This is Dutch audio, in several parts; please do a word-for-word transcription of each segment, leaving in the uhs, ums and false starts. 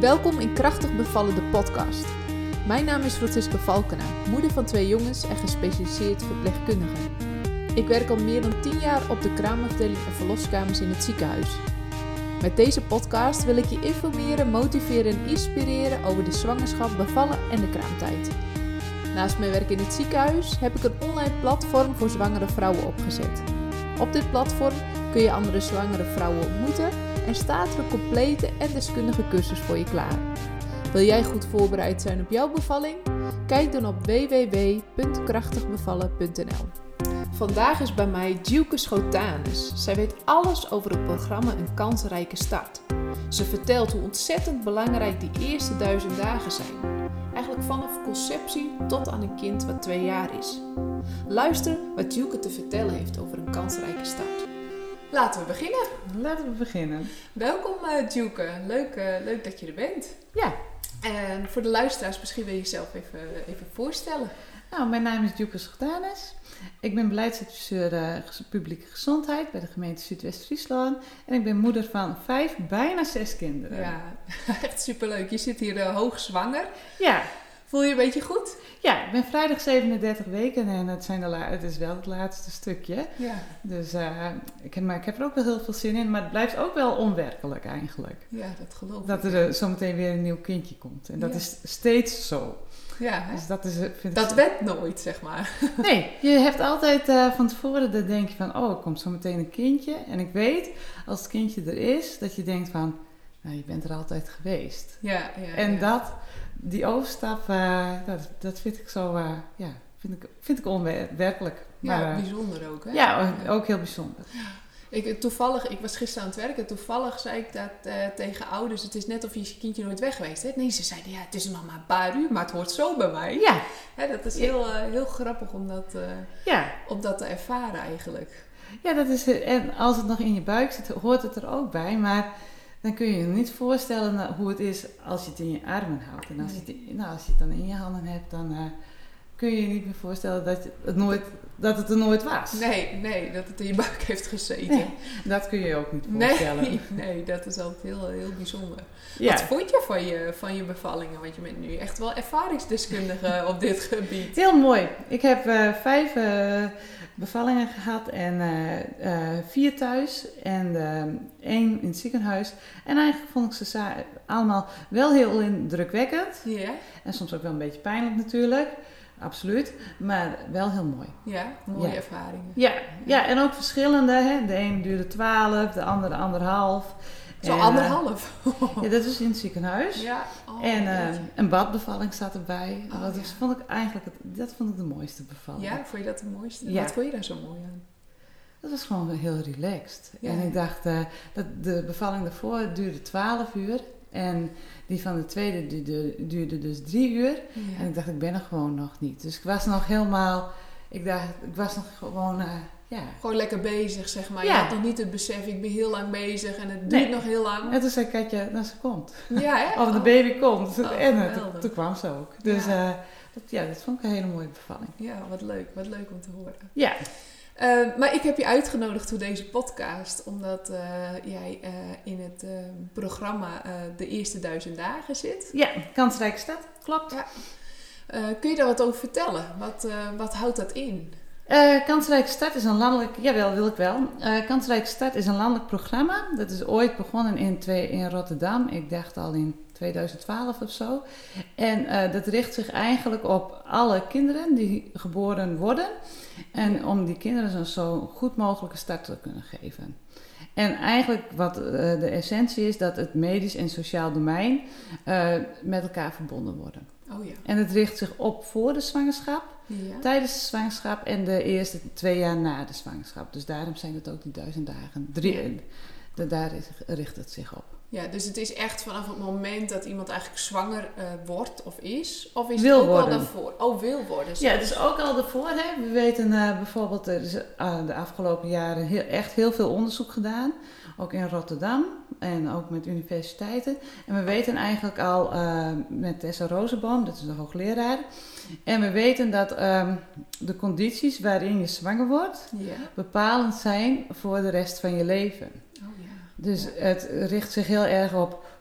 Welkom in Krachtig Bevallen, de podcast. Mijn naam is Francisca Valkena, moeder van twee jongens en gespecialiseerd verpleegkundige. Ik werk al meer dan tien jaar op de kraamafdeling en verloskamers in het ziekenhuis. Met deze podcast wil ik je informeren, motiveren en inspireren over de zwangerschap, bevallen en de kraamtijd. Naast mijn werk in het ziekenhuis heb ik een online platform voor zwangere vrouwen opgezet. Op dit platform kun je andere zwangere vrouwen ontmoeten en staat er een complete en deskundige cursus voor je klaar. Wil jij goed voorbereid zijn op jouw bevalling? Kijk dan op w w w punt krachtig bevallen punt n l. Vandaag is bij mij Djuke Schotanus. Zij weet alles over het programma Een Kansrijke Start. Ze vertelt hoe ontzettend belangrijk die eerste duizend dagen zijn. Eigenlijk vanaf conceptie tot aan een kind wat twee jaar is. Luister wat Djuke te vertellen heeft over Een Kansrijke Start. Laten we beginnen. Laten we beginnen. Welkom uh, Djuke. Leuk, uh, leuk dat je er bent. Ja. En voor de luisteraars, misschien wil je jezelf even, even voorstellen. Nou, mijn naam is Djuke Schotanus. Ik ben beleidsadviseur uh, publieke gezondheid bij de gemeente Zuidwest-Friesland. En ik ben moeder van vijf, bijna zes kinderen. Ja, echt superleuk. Je zit hier uh, hoogzwanger. Ja. Voel je een beetje goed? Ja, ik ben vrijdag zevenendertig weken en het, zijn de la- het is wel het laatste stukje. Ja. Dus uh, ik, heb, maar ik heb er ook wel heel veel zin in, maar het blijft ook wel onwerkelijk eigenlijk. Ja, dat geloof ik. Dat er uh, zometeen weer een nieuw kindje komt. En dat Ja. is steeds zo. Ja, dus dat, is, vind dat ik... werd nooit, zeg maar. Nee, je hebt altijd uh, van tevoren, dan denk je van, oh, er komt zo meteen een kindje. En ik weet, als het kindje er is, dat je denkt van, nou, je bent er altijd geweest. Ja, ja. En ja. dat, die overstap, uh, dat, dat vind ik zo, uh, ja, vind ik, vind ik onwerkelijk. Ja, maar, uh, bijzonder ook, hè? Ja, ook heel bijzonder. Ik, toevallig, ik was gisteren aan het werken, toevallig zei ik dat uh, tegen ouders, het is net of je kindje nooit weg geweest is. Nee, ze zeiden, ja, het is nog maar een paar uur, maar het hoort zo bij mij. Ja. Hè, dat is heel, uh, heel grappig om dat, uh, ja. om dat te ervaren eigenlijk. Ja, dat is, en als het nog in je buik zit, hoort het er ook bij, maar dan kun je je niet voorstellen hoe het is als je het in je armen houdt. En als, Nee. je, het, nou, als je het dan in je handen hebt, dan uh, kun je je niet meer voorstellen dat, je het, nooit, dat het er nooit was. Nee, nee, dat het in je buik heeft gezeten. Nee, dat kun je je ook niet voorstellen. Nee, nee, dat is altijd heel, heel bijzonder. Ja. Wat vond je van, je van je bevallingen? Want je bent nu echt wel ervaringsdeskundige op dit gebied. Heel mooi. Ik heb uh, vijf uh, bevallingen gehad en uh, uh, vier thuis en uh, één in het ziekenhuis. En eigenlijk vond ik ze sa- allemaal wel heel indrukwekkend. Ja? En soms ook wel een beetje pijnlijk natuurlijk. Absoluut. Maar wel heel mooi. Ja, mooie Ja. ervaringen. Ja, ja, en ook verschillende. Hè? De een duurde twaalf, de andere anderhalf. Zo En, anderhalf? Uh, ja, dat is in het ziekenhuis. Ja. Oh, en uh, een badbevalling zat erbij. Oh, dat ja. vond ik eigenlijk het, dat vond ik de mooiste bevalling. Ja, vond je dat de mooiste? Ja. Wat vond je daar zo mooi aan? Dat was gewoon heel relaxed. Ja. En ik dacht, uh, dat de bevalling daarvoor duurde twaalf uur. En die van de tweede duurde, duurde dus drie uur. Ja. En ik dacht, ik ben er gewoon nog niet. Dus ik was nog helemaal, ik dacht, ik was nog gewoon, uh, ja. Gewoon lekker bezig, zeg maar. Ja. Je had nog niet het besef, ik ben heel lang bezig en het duurt Nee. nog heel lang. En toen zei Katja, nou ze komt. Ja, hè? Of de Oh. baby komt. Oh, en uh, geweldig. toen, toen kwam ze ook. Dus Ja. uh, dat, ja, dat vond ik een hele mooie bevalling. Ja, wat leuk. Wat leuk om te horen. Ja. Uh, maar ik heb je uitgenodigd voor deze podcast, omdat uh, jij uh, in het uh, programma uh, De Eerste Duizend Dagen zit. Ja, kansrijke stad, klopt. Ja. Uh, kun je daar wat over vertellen? Wat, uh, wat houdt dat in? Uh, Kansrijke Start is een landelijk, jawel, wil ik wel. Uh, Kansrijke Start is een landelijk programma. Dat is ooit begonnen in, twee, in Rotterdam. Ik dacht al in tweeduizend twaalf of zo. En uh, dat richt zich eigenlijk op alle kinderen die geboren worden. En om die kinderen een zo goed mogelijke start te kunnen geven. En eigenlijk wat uh, de essentie is, dat het medisch en sociaal domein uh, met elkaar verbonden worden. Oh ja. En het richt zich op voor de zwangerschap, Ja. tijdens de zwangerschap en de eerste twee jaar na de zwangerschap. Dus daarom zijn het ook die duizend dagen. Drie, Ja. de, daar richt het zich op. Ja, dus het is echt vanaf het moment dat iemand eigenlijk zwanger uh, wordt of is? Of is Wil het ook worden. al daarvoor? Oh, wil worden. Ja, het is ook al ervoor. Hè. We weten uh, bijvoorbeeld, er is uh, de afgelopen jaren heel, echt heel veel onderzoek gedaan. Ook in Rotterdam en ook met universiteiten. En we weten eigenlijk al uh, met Tessa Rozenboom, dat is de hoogleraar. En we weten dat um, de condities waarin je zwanger wordt Ja. bepalend zijn voor de rest van je leven. Oh ja. Dus Ja. het richt zich heel erg op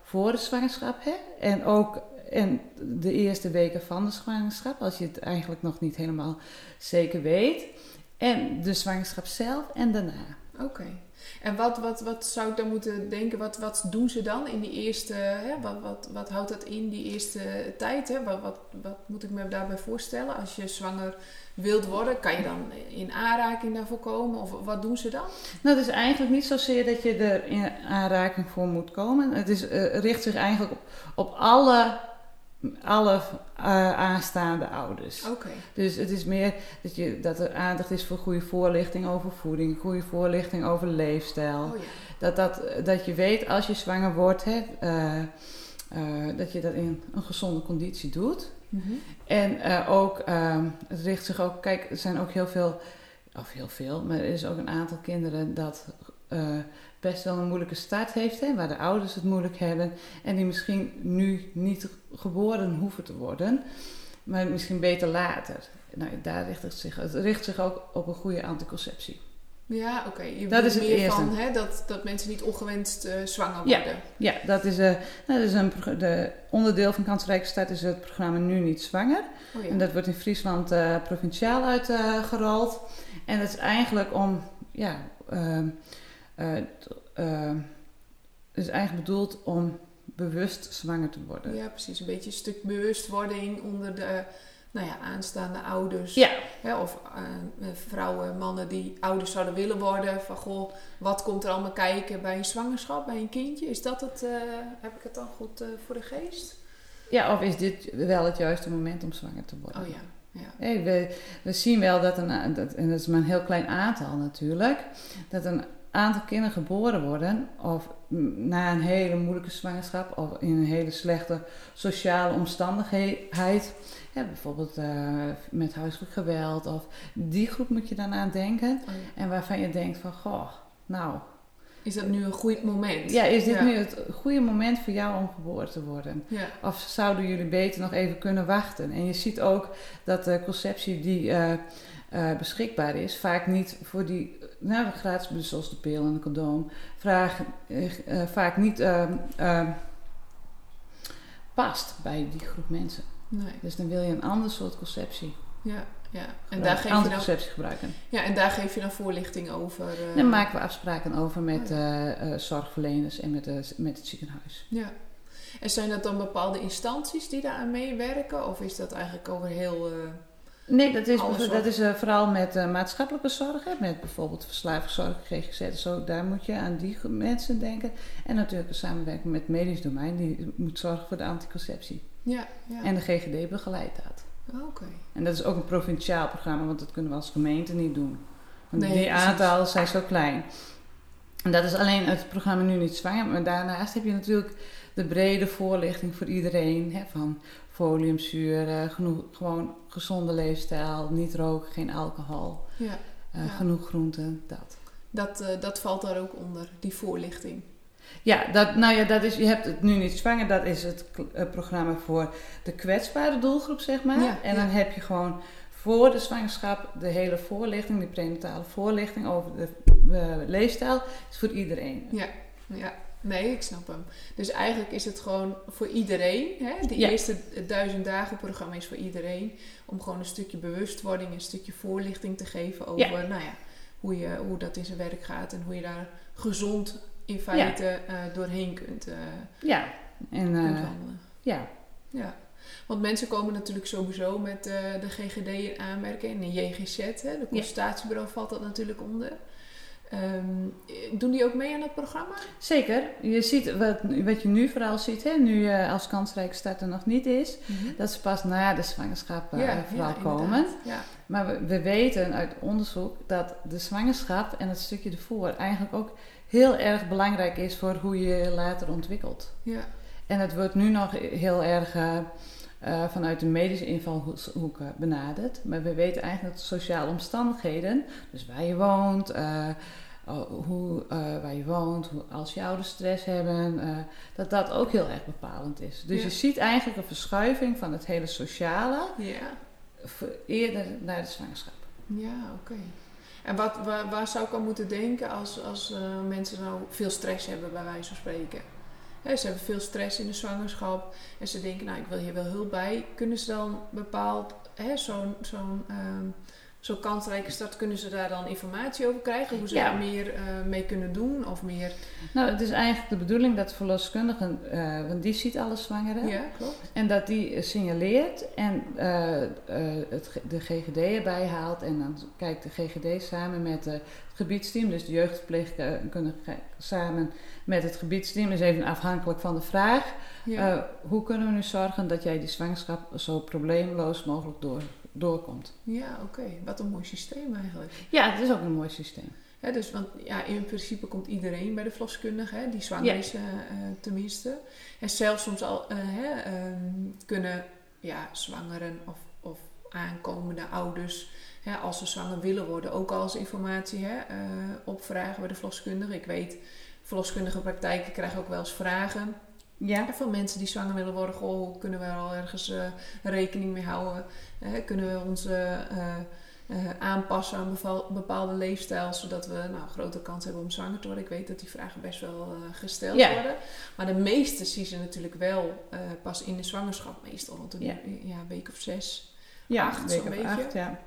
voor de zwangerschap. Hè? En ook en de eerste weken van de zwangerschap, als je het eigenlijk nog niet helemaal zeker weet. En de zwangerschap zelf en daarna. Oké. Okay. En wat, wat, wat zou ik dan moeten denken? Wat, wat doen ze dan in die eerste... Hè, wat, wat, wat houdt dat in, die eerste tijd? Hè? Wat, wat, wat moet ik me daarbij voorstellen? Als je zwanger wilt worden, kan je dan in aanraking daarvoor komen? Of wat doen ze dan? Nou, het is eigenlijk niet zozeer dat je er in aanraking voor moet komen. Het is, uh, richt zich eigenlijk op, op alle... alle uh, aanstaande ouders. Okay. Dus het is meer dat, je, dat er aandacht is voor goede voorlichting over voeding, goede voorlichting over leefstijl. Oh, ja. dat, dat, dat je weet als je zwanger wordt, hè, uh, uh, dat je dat in een gezonde conditie doet. Mm-hmm. En uh, ook, uh, het richt zich ook, kijk, er zijn ook heel veel, of heel veel, maar er is ook een aantal kinderen dat... Uh, best wel een moeilijke start heeft, hè, waar de ouders het moeilijk hebben en die misschien nu niet geboren hoeven te worden, maar misschien beter later. Nou, daar richt het zich. Het richt zich ook op een goede anticonceptie. Ja, oké. Okay. Je dat is het meer eerste. Van hè, dat, dat mensen niet ongewenst uh, zwanger ja, worden. Ja, dat is, uh, dat is een de onderdeel van Kansrijke Start is het programma Nu Niet Zwanger. Oh, ja. En dat wordt in Friesland uh, provinciaal uitgerold. Uh, en dat is eigenlijk om, ja... Uh, Uh, uh, is eigenlijk bedoeld om bewust zwanger te worden. Ja, precies. Een beetje een stuk bewustwording onder de nou ja, aanstaande ouders. Ja. Hè, of uh, vrouwen, mannen die ouders zouden willen worden. Van goh, wat komt er allemaal kijken bij een zwangerschap, bij een kindje? Is dat het, uh, heb ik het dan goed uh, voor de geest? Ja, of is dit wel het juiste moment om zwanger te worden? Oh ja. Ja. Hey, we, we zien wel dat, een, dat, en dat is maar een heel klein aantal natuurlijk, dat een aantal kinderen geboren worden of na een hele moeilijke zwangerschap of in een hele slechte sociale omstandigheid, ja, bijvoorbeeld uh, met huiselijk geweld of die groep moet je dan aan denken. Oh ja. En waarvan je denkt van, goh, nou... Is dat nu een goed moment? Ja, is dit ja. nu het goede moment voor jou om geboren te worden? Ja. Of zouden jullie beter nog even kunnen wachten? En je ziet ook dat de conceptie die uh, uh, beschikbaar is, vaak niet voor die, nou gratis, zoals de pil en de condoom, vraag, uh, uh, vaak niet uh, uh, past bij die groep mensen. Nee. Dus dan wil je een ander soort conceptie. Ja. Ja, en uh, daar geef je dan, gebruiken. Ja, en daar geef je dan voorlichting over. Uh... Dan maken we afspraken over met uh, uh, zorgverleners en met, uh, met het ziekenhuis. Ja. En zijn dat dan bepaalde instanties die daar aan meewerken? Of is dat eigenlijk over heel... Uh, nee, dat is, dat is uh, vooral met uh, maatschappelijke zorg. Hè, met bijvoorbeeld verslavingszorg, G G Z. Zo, daar moet je aan die mensen denken. En natuurlijk een samenwerking met het medisch domein. Die moet zorgen voor de anticonceptie. Ja, ja. En de G G D begeleidt dat. Oké. Okay. En dat is ook een provinciaal programma, want dat kunnen we als gemeente niet doen. Want nee, die precies. aantallen zijn zo klein. En dat is alleen het programma Nu Niet Zwanger. Maar daarnaast heb je natuurlijk de brede voorlichting voor iedereen. Hè, van foliumzuur, uh, genoeg, gewoon gezonde leefstijl, niet roken, geen alcohol. Ja. Uh, ja. Genoeg groenten, dat. Dat, uh, dat valt daar ook onder, die voorlichting. Ja, dat, nou ja, dat is, je hebt het Nu Niet Zwanger, dat is het uh, programma voor de kwetsbare doelgroep, zeg maar. Ja, en dan ja. heb je gewoon voor de zwangerschap de hele voorlichting, de prenatale voorlichting over de uh, leefstijl, is voor iedereen. Ja, ja. Nee, ik snap hem. Dus eigenlijk is het gewoon voor iedereen. Hè? De ja. eerste duizend dagen programma is voor iedereen. Om gewoon een stukje bewustwording, een stukje voorlichting te geven over ja. Nou ja, hoe, je, hoe dat in zijn werk gaat en hoe je daar gezond in feite ja. uh, doorheen kunt, uh, ja. en, uh, kunt wandelen. Ja. ja. Want mensen komen natuurlijk sowieso met uh, de G G D in aanmerking en de J G Z, hè, de consultatiebureau valt dat natuurlijk onder. Um, doen die ook mee aan het programma? Zeker. Je ziet wat, wat je nu vooral ziet, hè, nu uh, als kansrijke start er nog niet is, mm-hmm. dat ze pas na de zwangerschap uh, ja, vooral ja, komen. Ja. Maar we, we weten uit onderzoek dat de zwangerschap en het stukje ervoor eigenlijk ook heel erg belangrijk is voor hoe je je later ontwikkelt. Ja. En het wordt nu nog heel erg uh, uh, vanuit de medische invalhoek benaderd. Maar we weten eigenlijk dat de sociale omstandigheden, dus waar je woont, uh, hoe, uh, waar je woont, hoe, als je ouders stress hebben, uh, dat dat ook heel erg bepalend is. Dus ja. je ziet eigenlijk een verschuiving van het hele sociale ja. eerder naar de zwangerschap. Ja, oké. Okay. En wat, waar, waar zou ik aan moeten denken als, als uh, mensen nou veel stress hebben, bij wijze van spreken? hè, ze hebben veel stress in de zwangerschap en ze denken, nou ik wil hier wel hulp bij. Kunnen ze dan bepaald, hè, zo'n, zo'n, um, zo'n kansrijke start, kunnen ze daar dan informatie over krijgen? Hoe ze Ja. daar meer uh, mee kunnen doen of meer... Nou, het is eigenlijk de bedoeling dat verloskundigen, uh, want die ziet alle zwangeren. Ja, klopt. En dat die signaleert en uh, uh, het, de G G D erbij haalt. En dan kijkt de G G D samen met uh, het gebiedsteam, dus de jeugdverpleegkundige samen met het gebiedsteam. Is even afhankelijk van de vraag. Ja. Uh, hoe kunnen we nu zorgen dat jij die zwangerschap zo probleemloos mogelijk door, doorkomt? Ja, oké. Okay. Wat een mooi systeem eigenlijk. Ja, het is ook een mooi systeem. Ja, dus, want ja, in principe komt iedereen bij de verloskundige, hè, die zwanger Ja. is uh, uh, tenminste. En zelfs soms al uh, hè, um, kunnen ja, zwangeren of, of aankomende ouders, hè, als ze zwanger willen worden, ook al eens informatie hè, uh, opvragen bij de verloskundige. Ik weet, verloskundige praktijken krijgen ook wel eens vragen. Ja. Van mensen die zwanger willen worden, goh, hoe kunnen we er al ergens uh, rekening mee houden? Uh, kunnen we onze uh, uh, aanpassen aan beval, bepaalde leefstijl, zodat we nou, een grote kans hebben om zwanger te worden? Ik weet dat die vragen best wel uh, gesteld ja. worden. Maar de meeste zien ze natuurlijk wel uh, pas in de zwangerschap, meestal rond een ja. ja, week of zes, ja, acht, week zo'n of beetje. Acht, ja.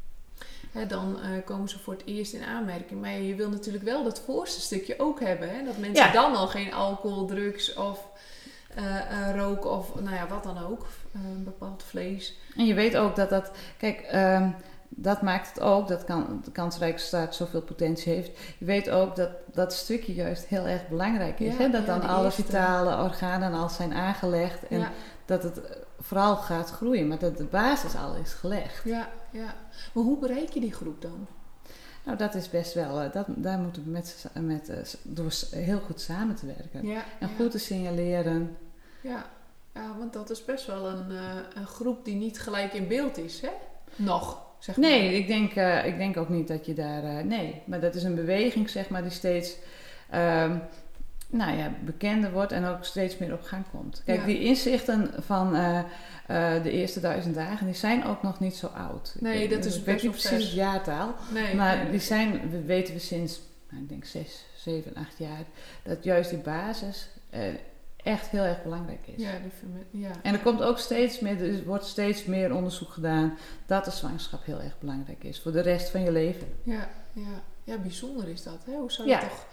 Hè, dan uh, komen ze voor het eerst in aanmerking. Maar je wil natuurlijk wel dat voorste stukje ook hebben. Hè? Dat mensen ja. dan al geen alcohol, drugs of uh, uh, roken of nou ja, wat dan ook. Uh, bepaald vlees. En je weet ook dat dat... Kijk, um, dat maakt het ook, dat kan, de kansrijke start zoveel potentie heeft. Je weet ook dat dat stukje juist heel erg belangrijk is. Ja, hè? Dat ja, dan alle eerste. vitale organen al zijn aangelegd. En Ja. dat het vooral gaat groeien. Maar dat de basis al is gelegd. Ja, ja. Maar hoe bereik je die groep dan? Nou, dat is best wel... Dat, daar moeten we met, met, door heel goed samen te werken. Ja, en ja. goed te signaleren. Ja. Ja, want dat is best wel een, uh, een groep die niet gelijk in beeld is, hè? Nog, zeg maar. Nee, ik denk, uh, ik denk ook niet dat je daar... Uh, nee, maar dat is een beweging, zeg maar, die steeds... Um, nou ja, bekender wordt en ook steeds meer op gang komt. Kijk, Ja. die inzichten van uh, uh, de eerste duizend dagen, die zijn ook nog niet zo oud. Nee, ik, dat is ik best weet niet wel precies vers. het jaartaal. Nee, maar nee. die zijn, we weten we sinds, nou, ik denk zes, zeven, acht jaar, dat juist die basis uh, echt heel erg belangrijk is. Ja, die verme- ja. En er komt ook steeds meer, er wordt steeds meer onderzoek gedaan dat de zwangerschap heel erg belangrijk is voor de rest van je leven. Ja, ja. Ja, bijzonder is dat. Hè? Hoe zou Ja. je toch...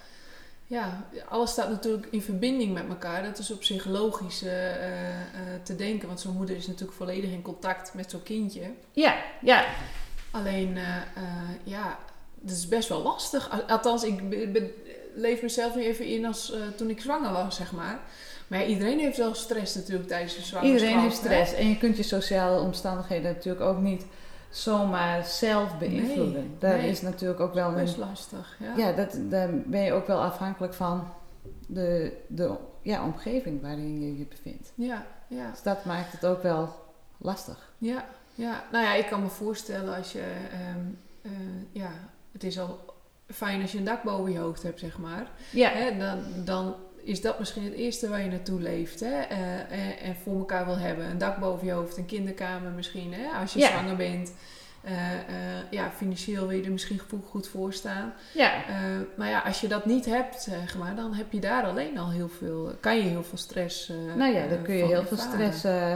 Ja, alles staat natuurlijk in verbinding met elkaar. Dat is op zich logisch uh, uh, uh, te denken. Want zo'n moeder is natuurlijk volledig in contact met zo'n kindje. Ja, ja. Alleen, uh, uh, ja, dat is best wel lastig. Althans, ik be- be- leef mezelf nu even in als uh, toen ik zwanger was, zeg maar. Maar ja, iedereen heeft wel stress natuurlijk tijdens de zwangerschap. Iedereen heeft stress. Hè? En je kunt je sociale omstandigheden natuurlijk ook niet zomaar zelf beïnvloeden. Nee, Daar nee. is natuurlijk ook wel Best een... lastig, ja. Ja, dat, daar ben je ook wel afhankelijk van de, de ja, omgeving waarin je je bevindt. Ja, ja. Dus dat maakt het ook wel lastig. Ja, ja. Nou ja, ik kan me voorstellen als je... Um, uh, ja, het is al fijn als je een dak boven je hoofd hebt, zeg maar. Ja, Hè, dan, dan is dat misschien het eerste waar je naartoe leeft. Hè? Uh, en, en voor elkaar wil hebben. Een dak boven je hoofd, een kinderkamer misschien. Hè? Als je Ja. zwanger bent. Uh, uh, ja, financieel wil je er misschien goed voor staan. ja. Uh, maar ja, als je dat niet hebt, zeg maar, dan heb je daar alleen al heel veel... Kan je heel veel stress uh, Nou ja, dan kun je van heel veel ervaren. stress... Uh,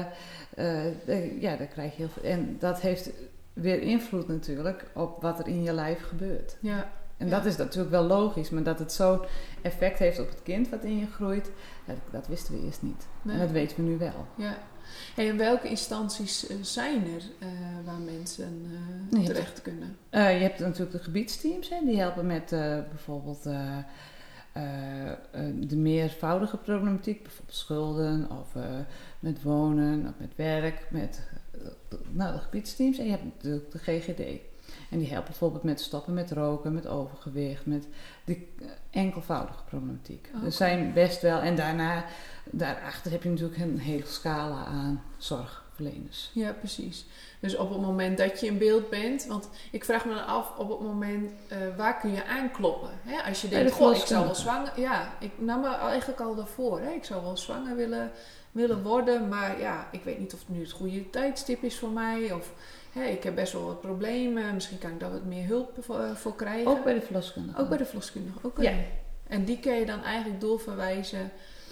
uh, ja, dan krijg je heel veel... En dat heeft weer invloed natuurlijk op wat er in je lijf gebeurt. Ja. En Ja. dat is natuurlijk wel logisch, maar dat het zo'n effect heeft op het kind wat in je groeit, dat, dat wisten we eerst niet. Nee. En dat weten we nu wel. Ja. Hey, en welke instanties uh, zijn er uh, waar mensen uh, Nee, terecht kunnen? Uh, je hebt natuurlijk de gebiedsteams, hè, die helpen met uh, bijvoorbeeld uh, uh, uh, de meervoudige problematiek, bijvoorbeeld schulden of uh, met wonen of met werk, met uh, nou, de gebiedsteams. En je hebt natuurlijk de G G D. En die helpen bijvoorbeeld met stoppen met roken, met overgewicht, met de enkelvoudige problematiek. Okay. Er zijn best wel, en daarna, daarachter heb je natuurlijk een hele scala aan zorgverleners. Ja, precies. Dus op het moment dat je in beeld bent, want ik vraag me dan af op het moment uh, waar kun je aankloppen? Hè? Als je Bij denkt, de goh, ik zou wel verloskundige. zwanger, ja, ik nam me eigenlijk al daarvoor, hè? Ik zou wel zwanger willen, willen worden, maar ja, ik weet niet of het nu het goede tijdstip is voor mij of hè, ik heb best wel wat problemen, misschien kan ik daar wat meer hulp voor, uh, voor krijgen. Ook bij de verloskundige. Ook bij de verloskundige, oké. Ja. En die kun je dan eigenlijk doorverwijzen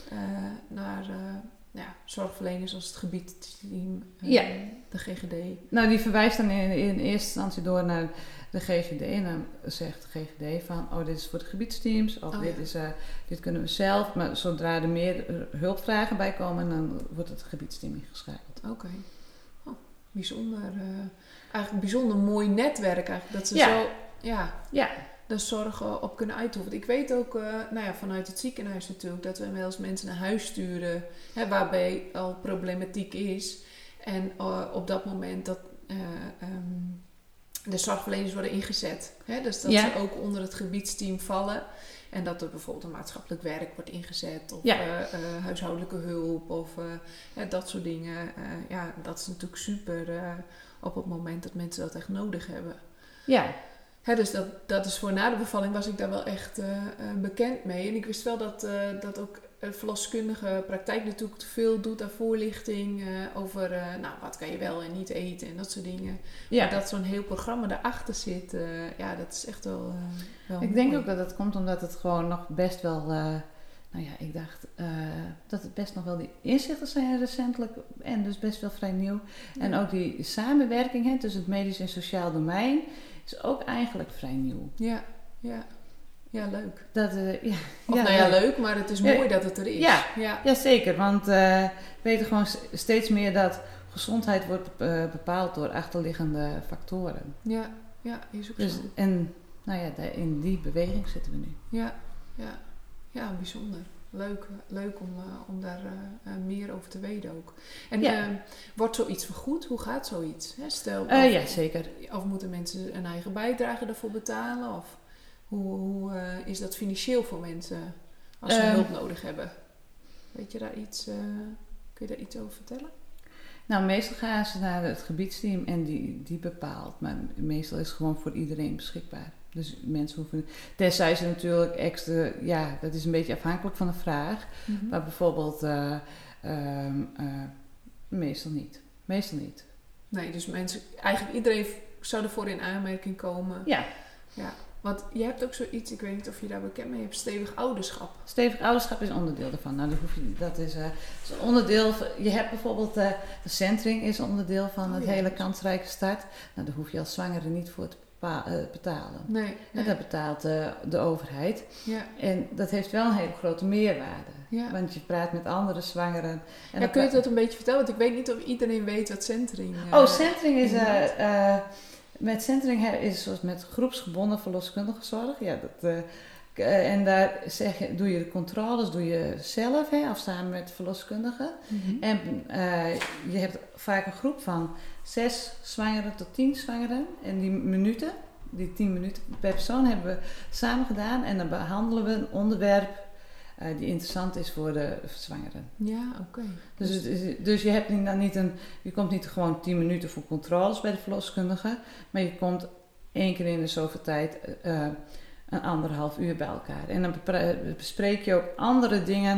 uh, naar uh, ja, zorgverleners als het gebiedsteam, uh, ja. de G G D? Nou, die verwijst dan in, in eerste instantie door naar de G G D. En dan zegt de G G D van, oh, dit is voor de gebiedsteams. Of oh, dit, ja. is, uh, dit kunnen we zelf. Maar zodra er meer uh, hulpvragen bij komen, dan wordt het gebiedsteam ingeschakeld. Oké. Okay. Oh, bijzonder. Uh, eigenlijk bijzonder mooi netwerk eigenlijk. Dat ze ja. zo... Ja. Ja. daar zorgen op kunnen uitoefenen. Ik weet ook, uh, nou ja, vanuit het ziekenhuis natuurlijk, dat we wel eens mensen naar huis sturen, hè, waarbij al problematiek is. En uh, op dat moment dat uh, um, de zorgverleners worden ingezet. Hè, dus dat ja. ze ook onder het gebiedsteam vallen. En dat er bijvoorbeeld een maatschappelijk werk wordt ingezet. Of ja. uh, uh, huishoudelijke hulp. Of uh, ja, dat soort dingen. Uh, ja, dat is natuurlijk super uh, op het moment dat mensen dat echt nodig hebben. Ja. He, dus dat, dat is voor na de bevalling was ik daar wel echt uh, uh, bekend mee. En ik wist wel dat, uh, dat ook uh, verloskundige praktijk natuurlijk veel doet aan voorlichting uh, over uh, nou, wat kan je wel en niet eten en dat soort dingen. Ja. Maar dat zo'n heel programma daarachter zit, uh, ja, dat is echt wel, uh, wel Ik mooi. denk ook dat het komt omdat het gewoon nog best wel, uh, nou ja, ik dacht uh, dat het best nog wel die inzichten zijn recentelijk en dus best wel vrij nieuw. Ja. En ook die samenwerking hè, tussen het medisch en sociaal domein is ook eigenlijk vrij nieuw. Ja, ja. Ja, leuk. Dat, uh, ja, of ja, nou ja, leuk. leuk, maar het is mooi ja. dat het er is. Ja, ja. ja zeker. Want uh, we weten gewoon steeds meer dat gezondheid wordt uh, bepaald door achterliggende factoren. Ja, ja, is ook dus, zo. En nou ja, in die beweging zitten we nu. Ja, ja. Ja, bijzonder. Leuk, leuk om, uh, om daar uh, uh, meer over te weten ook. En ja. uh, wordt zoiets vergoed? Hoe gaat zoiets? Hè? Stel, uh, of, ja, zeker. Of moeten mensen een eigen bijdrage daarvoor betalen? Of hoe, hoe uh, is dat financieel voor mensen als ze uh, hulp nodig hebben? Weet je daar iets, uh, kun je daar iets over vertellen? Nou, meestal gaan ze naar het gebiedsteam en die, die bepaalt. Maar meestal is het gewoon voor iedereen beschikbaar. Dus mensen hoeven... Tenzij ze natuurlijk extra... Ja, dat is een beetje afhankelijk van de vraag. Mm-hmm. Maar bijvoorbeeld... Uh, uh, uh, meestal niet. Meestal niet. Nee, dus mensen... Eigenlijk iedereen zou ervoor in aanmerking komen. Ja. Ja. Want je hebt ook zoiets... Ik weet niet of je daar bekend mee hebt. Stevig ouderschap. Stevig ouderschap is onderdeel daarvan. Nou, dat, hoef je, dat is, uh, is een onderdeel... Van, je hebt bijvoorbeeld... Uh, de centering is onderdeel van oh, het ja. hele kansrijke start. Nou, daar hoef je als zwangere niet voor te betalen. Nee, nee. En dat betaalt uh, de overheid. Ja. En dat heeft wel een hele grote meerwaarde. Ja. Want je praat met andere zwangeren. En ja, kun je dat een beetje vertellen? Want ik weet niet of iedereen weet wat centering is. Uh, oh, centering is... Uh, uh, met centering is zoals met groepsgebonden verloskundige zorg. Ja, dat... Uh, Uh, en daar zeg je, doe je de controles, doe je zelf, hè, of samen met verloskundigen. Mm-hmm. En uh, je hebt vaak een groep van zes zwangeren tot tien zwangeren. En die minuten, die tien minuten per persoon, hebben we samen gedaan. En dan behandelen we een onderwerp uh, die interessant is voor de zwangeren. Ja, oké. Okay. Dus, dus, dus je hebt dan niet een, je komt niet gewoon tien minuten voor controles bij de verloskundige, maar je komt één keer in de zoveel tijd. Uh, een anderhalf uur bij elkaar. En dan bespreek je ook andere dingen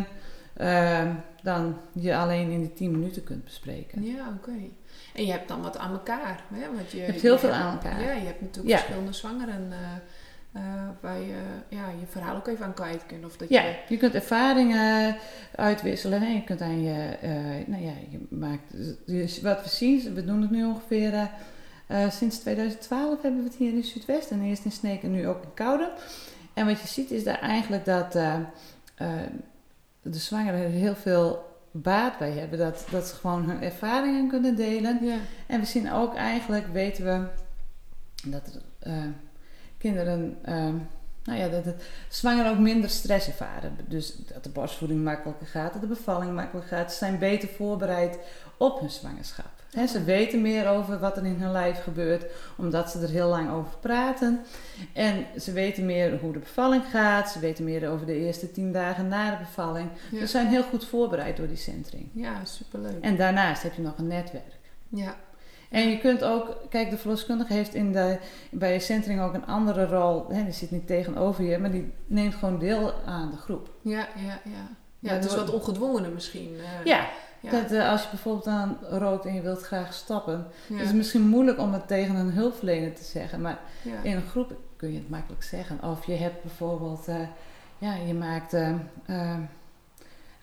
uh, dan je alleen in die tien minuten kunt bespreken. Ja, oké. Okay. En je hebt dan wat aan elkaar. Hè? Want je, je hebt heel je veel hebt, aan elkaar. Ja, je hebt natuurlijk ja. verschillende zwangeren uh, uh, waar je ja, je verhaal ook even aan kwijt kunt. Of dat ja, je... je kunt ervaringen uitwisselen. En je kunt aan je... Uh, nou ja, je maakt... Dus wat we zien, we doen het nu ongeveer... Uh, Uh, sinds tweeduizend twaalf hebben we het hier in Zuidwest en eerst in Sneek en nu ook in Koude. En wat je ziet is daar eigenlijk dat uh, uh, de zwangeren er heel veel baat bij hebben. Dat, dat ze gewoon hun ervaringen kunnen delen. Ja. En we zien ook eigenlijk, weten we, dat uh, kinderen... Uh, Nou ja, dat de zwangeren ook minder stress ervaren. Dus dat de borstvoeding makkelijker gaat, dat de bevalling makkelijker gaat. Ze zijn beter voorbereid op hun zwangerschap. He, ze weten meer over wat er in hun lijf gebeurt, omdat ze er heel lang over praten. En ze weten meer hoe de bevalling gaat. Ze weten meer over de eerste tien dagen na de bevalling. Ja. Ze zijn heel goed voorbereid door die centering. Ja, superleuk. En daarnaast heb je nog een netwerk. Ja. En je kunt ook, kijk, de verloskundige heeft in de, bij je centering ook een andere rol. Hè, die zit niet tegenover je, maar die neemt gewoon deel aan de groep. Ja, ja, ja. Ja, het is wat ongedwongener misschien. Uh, ja, ja. Dat, uh, als je bijvoorbeeld aan rookt en je wilt graag stappen, ja. is het misschien moeilijk om het tegen een hulpverlener te zeggen. Maar ja. in een groep kun je het makkelijk zeggen. Of je hebt bijvoorbeeld, uh, ja, je maakt uh, uh,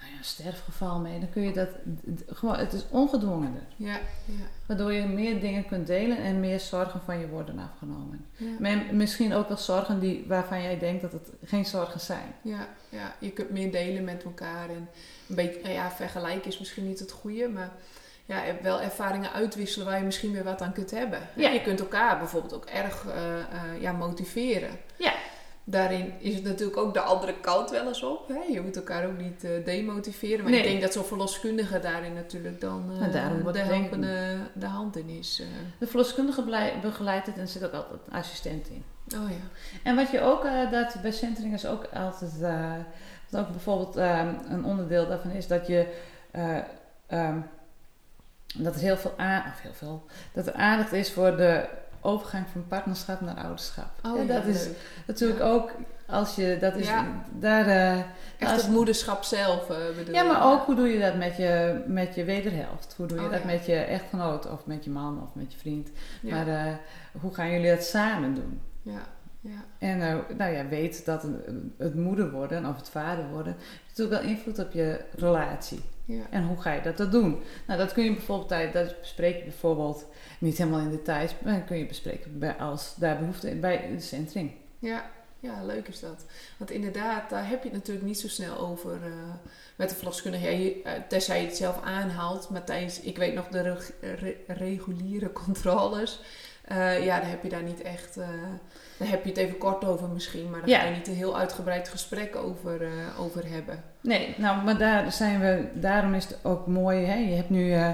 nou ja, een sterfgeval mee. Dan kun je dat, d- gewoon, het is ongedwongener. Ja, ja. Waardoor je meer dingen kunt delen en meer zorgen van je worden afgenomen. Ja. Maar misschien ook wel zorgen die, waarvan jij denkt dat het geen zorgen zijn. Ja, ja, je kunt meer delen met elkaar. En een beetje, nou ja, vergelijken is misschien niet het goede, maar ja, wel ervaringen uitwisselen waar je misschien weer wat aan kunt hebben. Ja. Je kunt elkaar bijvoorbeeld ook erg uh, uh, ja, motiveren. Ja. Daarin is het natuurlijk ook de andere kant wel eens op. Hè? Je moet elkaar ook niet uh, demotiveren. Maar nee. ik denk dat zo'n verloskundige daarin natuurlijk dan uh, daarom de helpende de hand in is. Uh. De verloskundige begeleidt het en er zit ook altijd een assistent in. Oh ja. En wat je ook, uh, dat bij centering is ook altijd, uh, wat ook bijvoorbeeld uh, een onderdeel daarvan is dat je, uh, um, dat er heel veel, aan, of heel veel, dat er aandacht is voor de overgang van partnerschap naar ouderschap. Oh, ja, dat ja, is leuk. natuurlijk ja. ook, als je, dat is ja. daar... Uh, Echt als, het moederschap zelf uh, bedoel Ja, je? maar ook hoe doe je dat met je, met je wederhelft? Hoe doe je oh, dat ja. met je echtgenoot of met je man of met je vriend? Ja. Maar uh, hoe gaan jullie dat samen doen? Ja. Ja. En uh, nou ja, weet dat het, het moeder worden of het vader worden natuurlijk wel invloed op je relatie. Ja. En hoe ga je dat dan doen? Nou, dat kun je bijvoorbeeld, dat bespreek je bijvoorbeeld niet helemaal in details, maar dat kun je bespreken bij, als daar behoefte bij de centering. Ja. Ja, leuk is dat. Want inderdaad, daar heb je het natuurlijk niet zo snel over uh, met de verloskundige. Ja, je, uh, tenzij je het zelf aanhaalt, maar tijdens, ik weet nog, de reg, re, reguliere controles, uh, ja, daar heb je daar niet echt, uh, daar heb je het even kort over misschien, maar daar ja. ga je niet een heel uitgebreid gesprek over, uh, over hebben. Nee, nou, maar daar zijn we, daarom is het ook mooi, hè? Je hebt nu uh,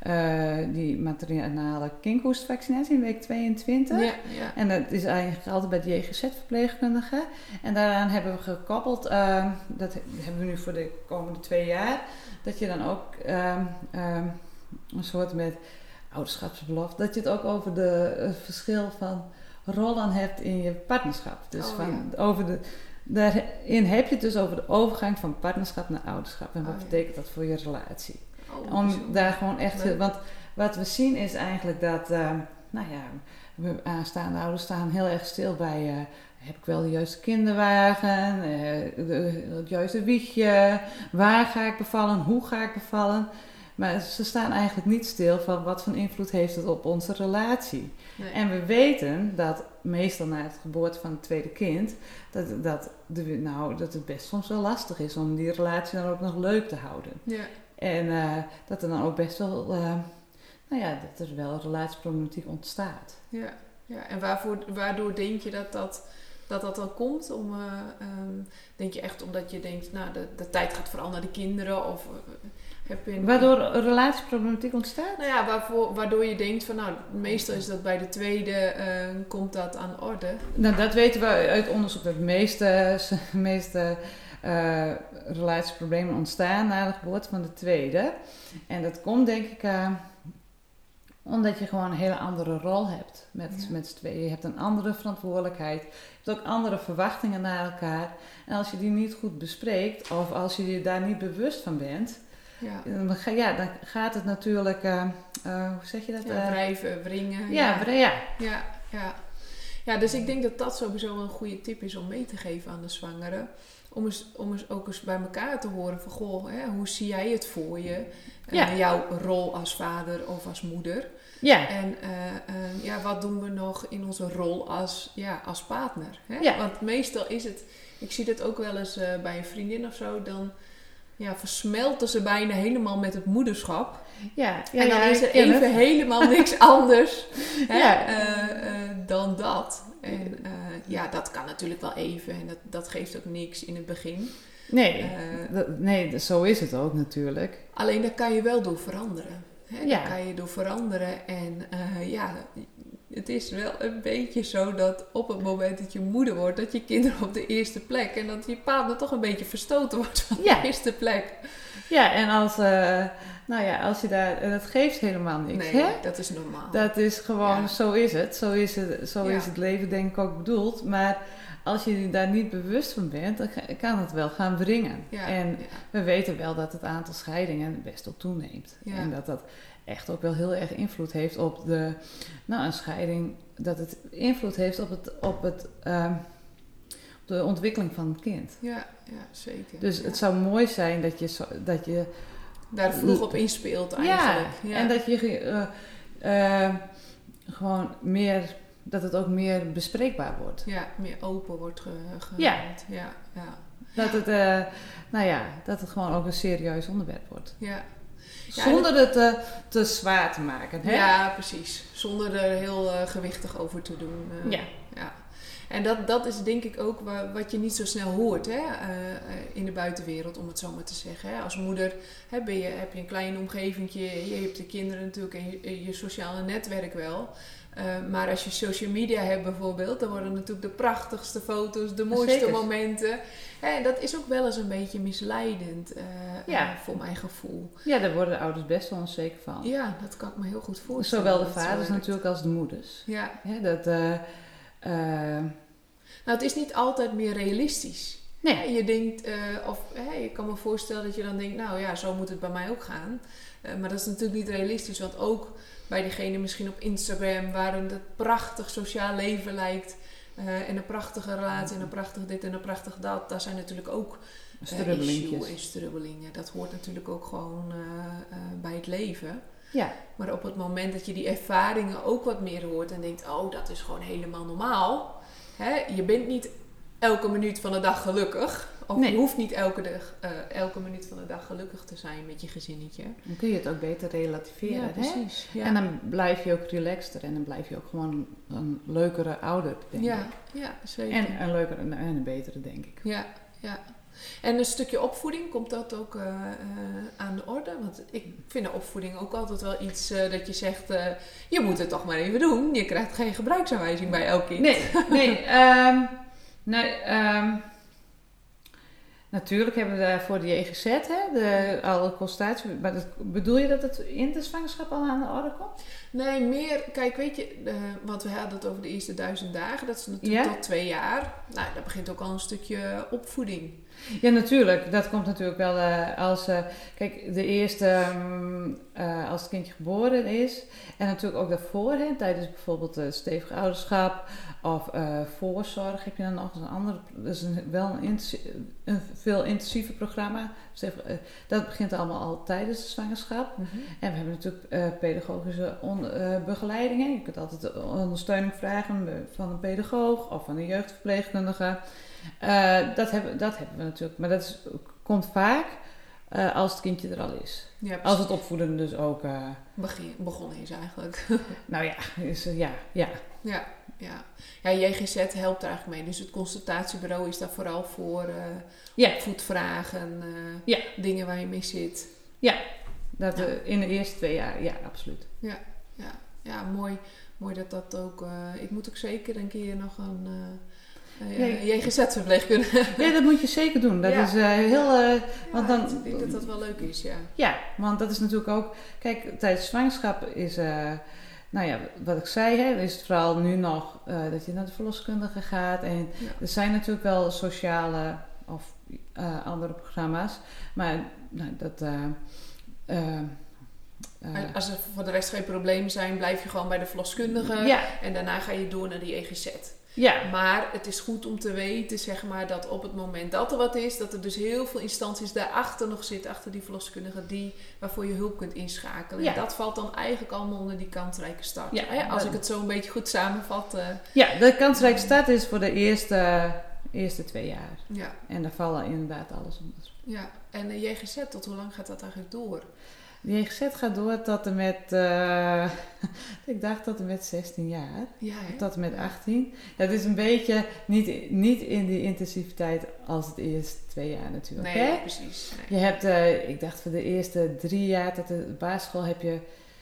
uh, die maternale kinkhoestvaccinatie in week tweeëntwintig. Ja, ja. En dat is eigenlijk altijd bij de J G Z-verpleegkundige. En daaraan hebben we gekoppeld, uh, dat hebben we nu voor de komende twee jaar, dat je dan ook uh, uh, een soort met ouderschapsbelofte, dat je het ook over de uh, verschil van rollen hebt in je partnerschap. Dus oh, van, ja. over de, daarin heb je het dus over de overgang van partnerschap naar ouderschap. En wat oh, ja. betekent dat voor je relatie? Oh, Om zo. daar gewoon echt, Nee. want wat we zien is eigenlijk dat, uh, nou ja, we aanstaande ouders staan heel erg stil bij, uh, heb ik wel de juiste kinderwagen, uh, de, het juiste wiegje, waar ga ik bevallen, hoe ga ik bevallen. Maar ze staan eigenlijk niet stil van wat voor invloed heeft het op onze relatie. Nee. En we weten dat meestal na het geboorte van het tweede kind, dat, dat, de, nou, dat het best soms wel lastig is om die relatie dan ook nog leuk te houden. Ja. En uh, dat er dan ook best wel, uh, nou ja, dat er wel relatieproblematiek ontstaat. Ja, ja. En waarvoor, waardoor denk je dat dat, dat, dat dan komt? Om, uh, um, denk je echt omdat je denkt, nou, de, de tijd gaat veranderen, de kinderen? Of uh, heb je een, waardoor relatieproblematiek ontstaat? Nou ja, waarvoor, waardoor je denkt van, nou, meestal is dat bij de tweede, uh, komt dat aan orde. Nou, dat weten we uit onderzoek, dat de meeste, meeste uh, relatieproblemen ontstaan na de geboorte van de tweede. En dat komt denk ik uh, omdat je gewoon een hele andere rol hebt met, ja. met z'n tweeën. Je hebt een andere verantwoordelijkheid. Je hebt ook andere verwachtingen naar elkaar. En als je die niet goed bespreekt, of als je je daar niet bewust van bent, ja, dan, ga, ja, dan gaat het natuurlijk, uh, uh, hoe zeg je dat? Ja, wrijven, wringen. Ja, ja. Wr- ja. ja, ja. Ja, dus ik denk dat dat sowieso een goede tip is om mee te geven aan de zwangere. Om eens, om eens ook eens bij elkaar te horen van, goh, hè, hoe zie jij het voor je? Ja. Uh, jouw rol als vader of als moeder. Ja. En uh, uh, ja, wat doen we nog in onze rol als, ja, als partner? Hè? Ja. Want meestal is het, ik zie dat ook wel eens uh, bij een vriendin of zo, dan ja, versmelten ze bijna helemaal met het moederschap. Ja, ja, en dan ja, is er even het. helemaal niks anders hè, ja. uh, uh, dan dat. En uh, ja, dat kan natuurlijk wel even en dat, dat geeft ook niks in het begin. Nee, uh, dat, nee, zo is het ook natuurlijk. Alleen daar kan je wel door veranderen. Hè? Ja. Daar kan je door veranderen. En uh, ja, het is wel een beetje zo dat op het moment dat je moeder wordt, dat je kinderen op de eerste plek. En dat je partner toch een beetje verstoten wordt van ja. de eerste plek. Ja, en als, uh, nou ja, als je daar, dat geeft helemaal niks. Nee, hè? dat is normaal. Dat is gewoon, ja. zo is het. Zo is het, zo ja. is het leven denk ik ook bedoeld. Maar als je daar niet bewust van bent, dan kan het wel gaan wringen. Ja, en ja. we weten wel dat het aantal scheidingen best wel toeneemt. Ja. En dat dat echt ook wel heel erg invloed heeft op de, nou een scheiding, dat het invloed heeft op het, op het, uh, de ontwikkeling van het kind. Ja, ja zeker. Dus ja. het zou mooi zijn dat je, dat je daar vroeg op inspeelt eigenlijk. Ja, Ja. en dat je uh, uh, gewoon meer, dat het ook meer bespreekbaar wordt. Ja, meer open wordt ge, gehaald. Ja. Ja, ja. Dat het, uh, nou ja, dat het gewoon ook een serieus onderwerp wordt. Ja. Zonder ja, het te, te zwaar te maken. Hè? Ja, precies. Zonder er heel uh, gewichtig over te doen. Uh, ja. ja. En dat, dat is denk ik ook wa- wat je niet zo snel hoort hè? Uh, in de buitenwereld, om het zo maar te zeggen. Hè? Als moeder hè, ben je, heb je een klein omgevingje, je hebt de kinderen natuurlijk en je, je sociale netwerk wel. Uh, maar als je social media hebt bijvoorbeeld, dan worden natuurlijk de prachtigste foto's, de mooiste Zeker. momenten. En dat is ook wel eens een beetje misleidend uh, ja. uh, voor mijn gevoel. Ja, daar worden de ouders best wel onzeker van. Ja, dat kan ik me heel goed voorstellen. Zowel de vaders natuurlijk als de moeders. Ja. Hè, dat, uh, uh... Nou, het is niet altijd meer realistisch. Nee. Je denkt, uh, of hey, ik kan me voorstellen dat je dan denkt, nou ja, zo moet het bij mij ook gaan. Uh, maar dat is natuurlijk niet realistisch, want ook bij diegene misschien op Instagram, waar een prachtig sociaal leven lijkt, uh, en een prachtige relatie en een prachtig dit en een prachtig dat, daar zijn natuurlijk ook uh, issues en strubbelingen. Dat hoort natuurlijk ook gewoon uh, uh, bij het leven. Ja. Maar op het moment dat je die ervaringen ook wat meer hoort en denkt, oh, dat is gewoon helemaal normaal. Hè? Je bent niet elke minuut van de dag gelukkig. Of nee. je hoeft niet elke, dag, uh, elke minuut van de dag gelukkig te zijn met je gezinnetje. Dan kun je het ook beter relativeren. Ja, precies. Ja. En dan blijf je ook relaxter en dan blijf je ook gewoon een leukere ouder, denk ja, ik. Ja, zeker. En een leukere en een betere, denk ik. Ja, ja. En een stukje opvoeding, komt dat ook uh, uh, aan de orde? Want ik vind de opvoeding ook altijd wel iets uh, dat je zegt, uh, je moet het toch maar even doen. Je krijgt geen gebruiksaanwijzing bij elk kind. Nee, nee. um, nee um, natuurlijk hebben we daarvoor de J G Z, hè, de alle consultatie. Maar dat, bedoel je dat het in de zwangerschap al aan de orde komt? Nee, meer, kijk, weet je, uh, want we hadden het over de eerste duizend dagen. Dat is natuurlijk ja? tot twee jaar. Nou, daar begint ook al een stukje opvoeding. Ja, natuurlijk. Dat komt natuurlijk wel uh, als... Uh, kijk, de eerste... Um, uh, als het kindje geboren is. En natuurlijk ook daarvoor, hè, tijdens bijvoorbeeld uh, stevig ouderschap of uh, voorzorg heb je dan nog een andere... Dat is een, wel een, intensie, een veel intensiever programma. Stevig, uh, dat begint allemaal al tijdens de zwangerschap. Mm-hmm. En we hebben natuurlijk uh, pedagogische on, uh, begeleidingen. Je kunt altijd ondersteuning vragen van een pedagoog of van een jeugdverpleegkundige. Uh, dat, hebben, dat hebben we natuurlijk, maar dat is, komt vaak uh, als het kindje er al is. Ja, als het opvoeden dus ook... Uh, Begin, begonnen is eigenlijk. Nou ja, is, uh, ja, ja. Ja, ja. Ja, J G Z helpt er eigenlijk mee. Dus het consultatiebureau is daar vooral voor uh, ja. opvoedvragen, uh, ja. dingen waar je mee zit. Ja, dat, ja. Uh, in de eerste twee jaar, ja, absoluut. Ja, ja. Ja, mooi, mooi dat dat ook... Uh, ik moet ook zeker een keer nog een... Uh, Uh, ja, J G Z-verpleegkundige. Ja, dat moet je zeker doen. Dat ja. is uh, heel... Uh, want ja, dan, ik denk dat dat wel leuk is, ja. Ja, want dat is natuurlijk ook... Kijk, tijdens zwangerschap is... Uh, nou ja, wat ik zei, hè, is het vooral nu nog uh, dat je naar de verloskundige gaat. En ja. er zijn natuurlijk wel sociale of uh, andere programma's. Maar nou, dat... Uh, uh, Uh, Als er voor de rest geen problemen zijn, blijf je gewoon bij de verloskundige. Ja. En daarna ga je door naar de J G Z. Ja. Maar het is goed om te weten, zeg maar, dat op het moment dat er wat is, dat er dus heel veel instanties daarachter nog zitten, achter die verloskundige, die, waarvoor je hulp kunt inschakelen. Ja. En dat valt dan eigenlijk allemaal onder die kansrijke start. Ja, Hè? Als ik het zo een beetje goed samenvat. Uh, ja, de kansrijke start is voor de eerste, eerste twee jaar. Ja. En daar vallen inderdaad alles onder. Ja, en de J G Z, tot hoe lang gaat dat eigenlijk door? De J G Z gaat door tot en met, uh, ik dacht tot en met zestien jaar. Ja, hè? Tot en met achttien. Ja, het is een beetje niet, niet in die intensiviteit als het eerste twee jaar natuurlijk. Nee, hè? precies. Nee. Je hebt, uh, ik dacht voor de eerste drie jaar tot de basisschool heb je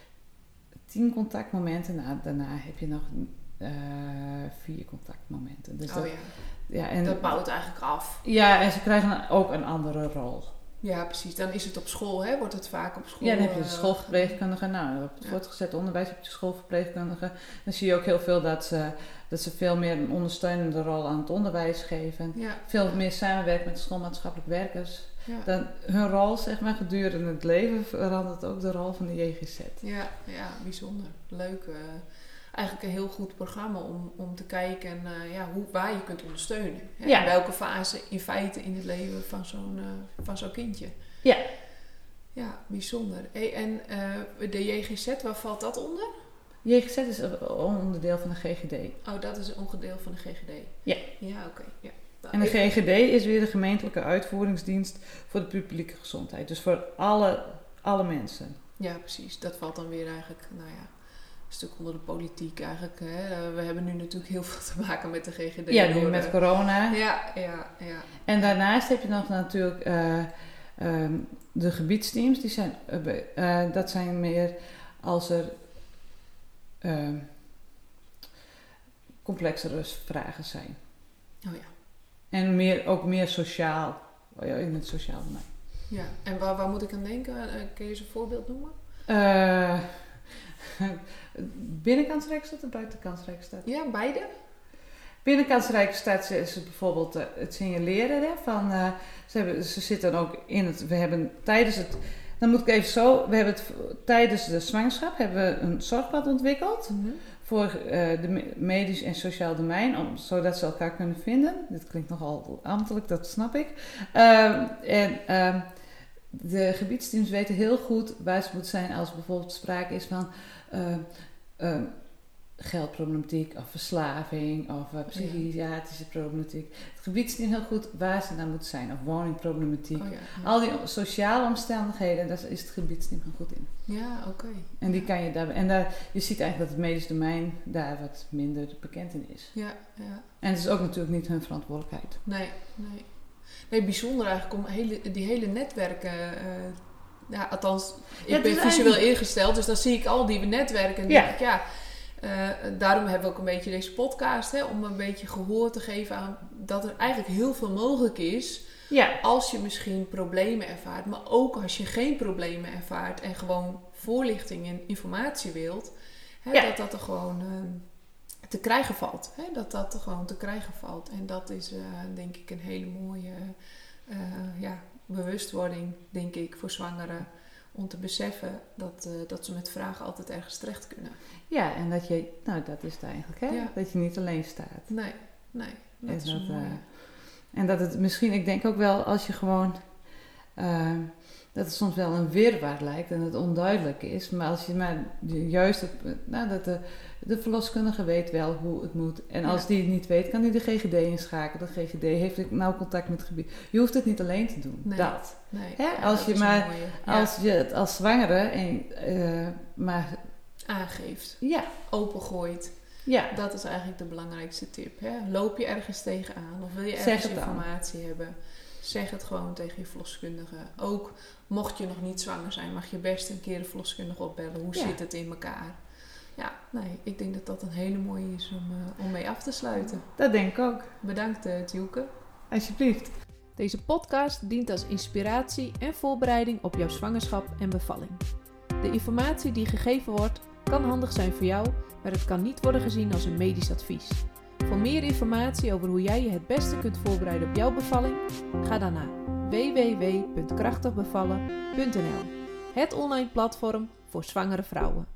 tien contactmomenten. Nou, daarna heb je nog uh, vier contactmomenten. Dus oh dat, ja. ja en, dat bouwt eigenlijk af. Ja, en ze krijgen ook een andere rol. Ja, precies. Dan is het op school, hè? Wordt het vaak op school? Ja, dan heb je de schoolverpleegkundige. Nou, op het ja. voortgezet onderwijs heb je de schoolverpleegkundige. Dan zie je ook heel veel dat ze, dat ze veel meer een ondersteunende rol aan het onderwijs geven. Ja. Veel meer samenwerken met schoolmaatschappelijk werkers. Ja. Dan hun rol, zeg maar, gedurende het leven verandert ook de rol van de J G Z. Ja, ja, bijzonder. Leuk. Uh, eigenlijk een heel goed programma om, om te kijken uh, ja, hoe, waar je kunt ondersteunen. Hè? Ja. In welke fase in feite in het leven van zo'n, uh, van zo'n kindje. Ja. Ja, bijzonder. Hey, en uh, de J G Z, waar valt dat onder? J G Z is een onderdeel van de G G D. Oh, dat is een onderdeel van de G G D. Ja. Ja, oké. Okay. Ja. Nou, en de G G D is weer de gemeentelijke uitvoeringsdienst voor de publieke gezondheid. Dus voor alle, alle mensen. Ja, precies. Dat valt dan weer eigenlijk, nou ja, een stuk onder de politiek eigenlijk. Hè. We hebben nu natuurlijk heel veel te maken met de G G D. Ja, nu met corona. Ja, ja, ja. En daarnaast heb je nog natuurlijk uh, um, de gebiedsteams. Die zijn, uh, uh, dat zijn meer als er uh, complexere vragen zijn. Oh ja. En meer, ook meer sociaal, in het sociaal domein. Ja, en waar, waar moet ik aan denken? Uh, kun je eens een voorbeeld noemen? Uh, binnenkants Rijksstad of buitenkants Rijksstad? Ja, beide. Binnenkants Rijksstad is het bijvoorbeeld uh, het signaleren. Hè, van, uh, ze, hebben, ze zitten ook in het... We hebben tijdens het... Dan moet ik even zo... We hebben het tijdens de zwangerschap hebben we een zorgpad ontwikkeld. Mm-hmm. Voor uh, de medisch en sociaal domein, om, zodat ze elkaar kunnen vinden. Dit klinkt nogal ambtelijk, dat snap ik. Uh, en uh, de gebiedsteams weten heel goed waar ze moeten zijn als bijvoorbeeld sprake is van uh, uh, geldproblematiek of verslaving of uh, psychiatrische problematiek. Het gebiedsteam heel goed waar ze naar moeten zijn, of woningproblematiek. Oh ja, ja. Al die sociale omstandigheden, daar is het gebiedsteam heel goed in. Ja, oké. Okay. En die kan je daar, en daar, je ziet eigenlijk dat het medisch domein daar wat minder bekend in is. Ja, ja. En het is ook natuurlijk niet hun verantwoordelijkheid. Nee, nee. Nee, bijzonder eigenlijk om hele, die hele netwerken... Uh, ja, althans, ik ja, ben visueel eigenlijk... ingesteld, dus dan zie ik al die netwerken en ja. denk ik, ja... Uh, daarom hebben we ook een beetje deze podcast, hè, om een beetje gehoor te geven aan dat er eigenlijk heel veel mogelijk is ja. als je misschien problemen ervaart, maar ook als je geen problemen ervaart en gewoon voorlichting en informatie wilt, hè, ja. dat dat er gewoon uh, te krijgen valt. Hè, dat dat er gewoon te krijgen valt. En dat is uh, denk ik een hele mooie uh, ja, bewustwording, denk ik, voor zwangeren. Om te beseffen dat, uh, dat ze met vragen altijd ergens terecht kunnen. Ja, en dat je, nou dat is het eigenlijk, hè? Ja. Dat je niet alleen staat. Nee, nee. Dat en is dat, mooi. Uh, en dat het misschien, ik denk ook wel als je gewoon, uh, dat het soms wel een wirwar lijkt en het onduidelijk is. Maar als je maar juist, het, nou dat de, de verloskundige weet wel hoe het moet. En als ja. die het niet weet, kan die de G G D inschakelen. De G G D heeft nauw contact met het gebied. Je hoeft het niet alleen te doen. Nee. Dat. Nee. Hè? Ja, als dat je maar, ja. als je het als zwangere en, uh, maar aangeeft. Ja. Opengooit. Ja. Dat is eigenlijk de belangrijkste tip. Hè? Loop je ergens tegenaan of wil je ergens informatie aan. hebben? Zeg het gewoon tegen je verloskundige. Ook mocht je nog niet zwanger zijn, mag je best een keer de verloskundige opbellen. Hoe ja. zit het in elkaar? Ja, nee, ik denk dat dat een hele mooie is om, uh, om mee af te sluiten. Dat denk ik ook. Bedankt, uh, Tjoeke. Alsjeblieft. Deze podcast dient als inspiratie en voorbereiding op jouw zwangerschap en bevalling. De informatie die gegeven wordt kan handig zijn voor jou, maar het kan niet worden gezien als een medisch advies. Voor meer informatie over hoe jij je het beste kunt voorbereiden op jouw bevalling, ga dan naar w w w punt krachtig bevallen punt n l, het online platform voor zwangere vrouwen.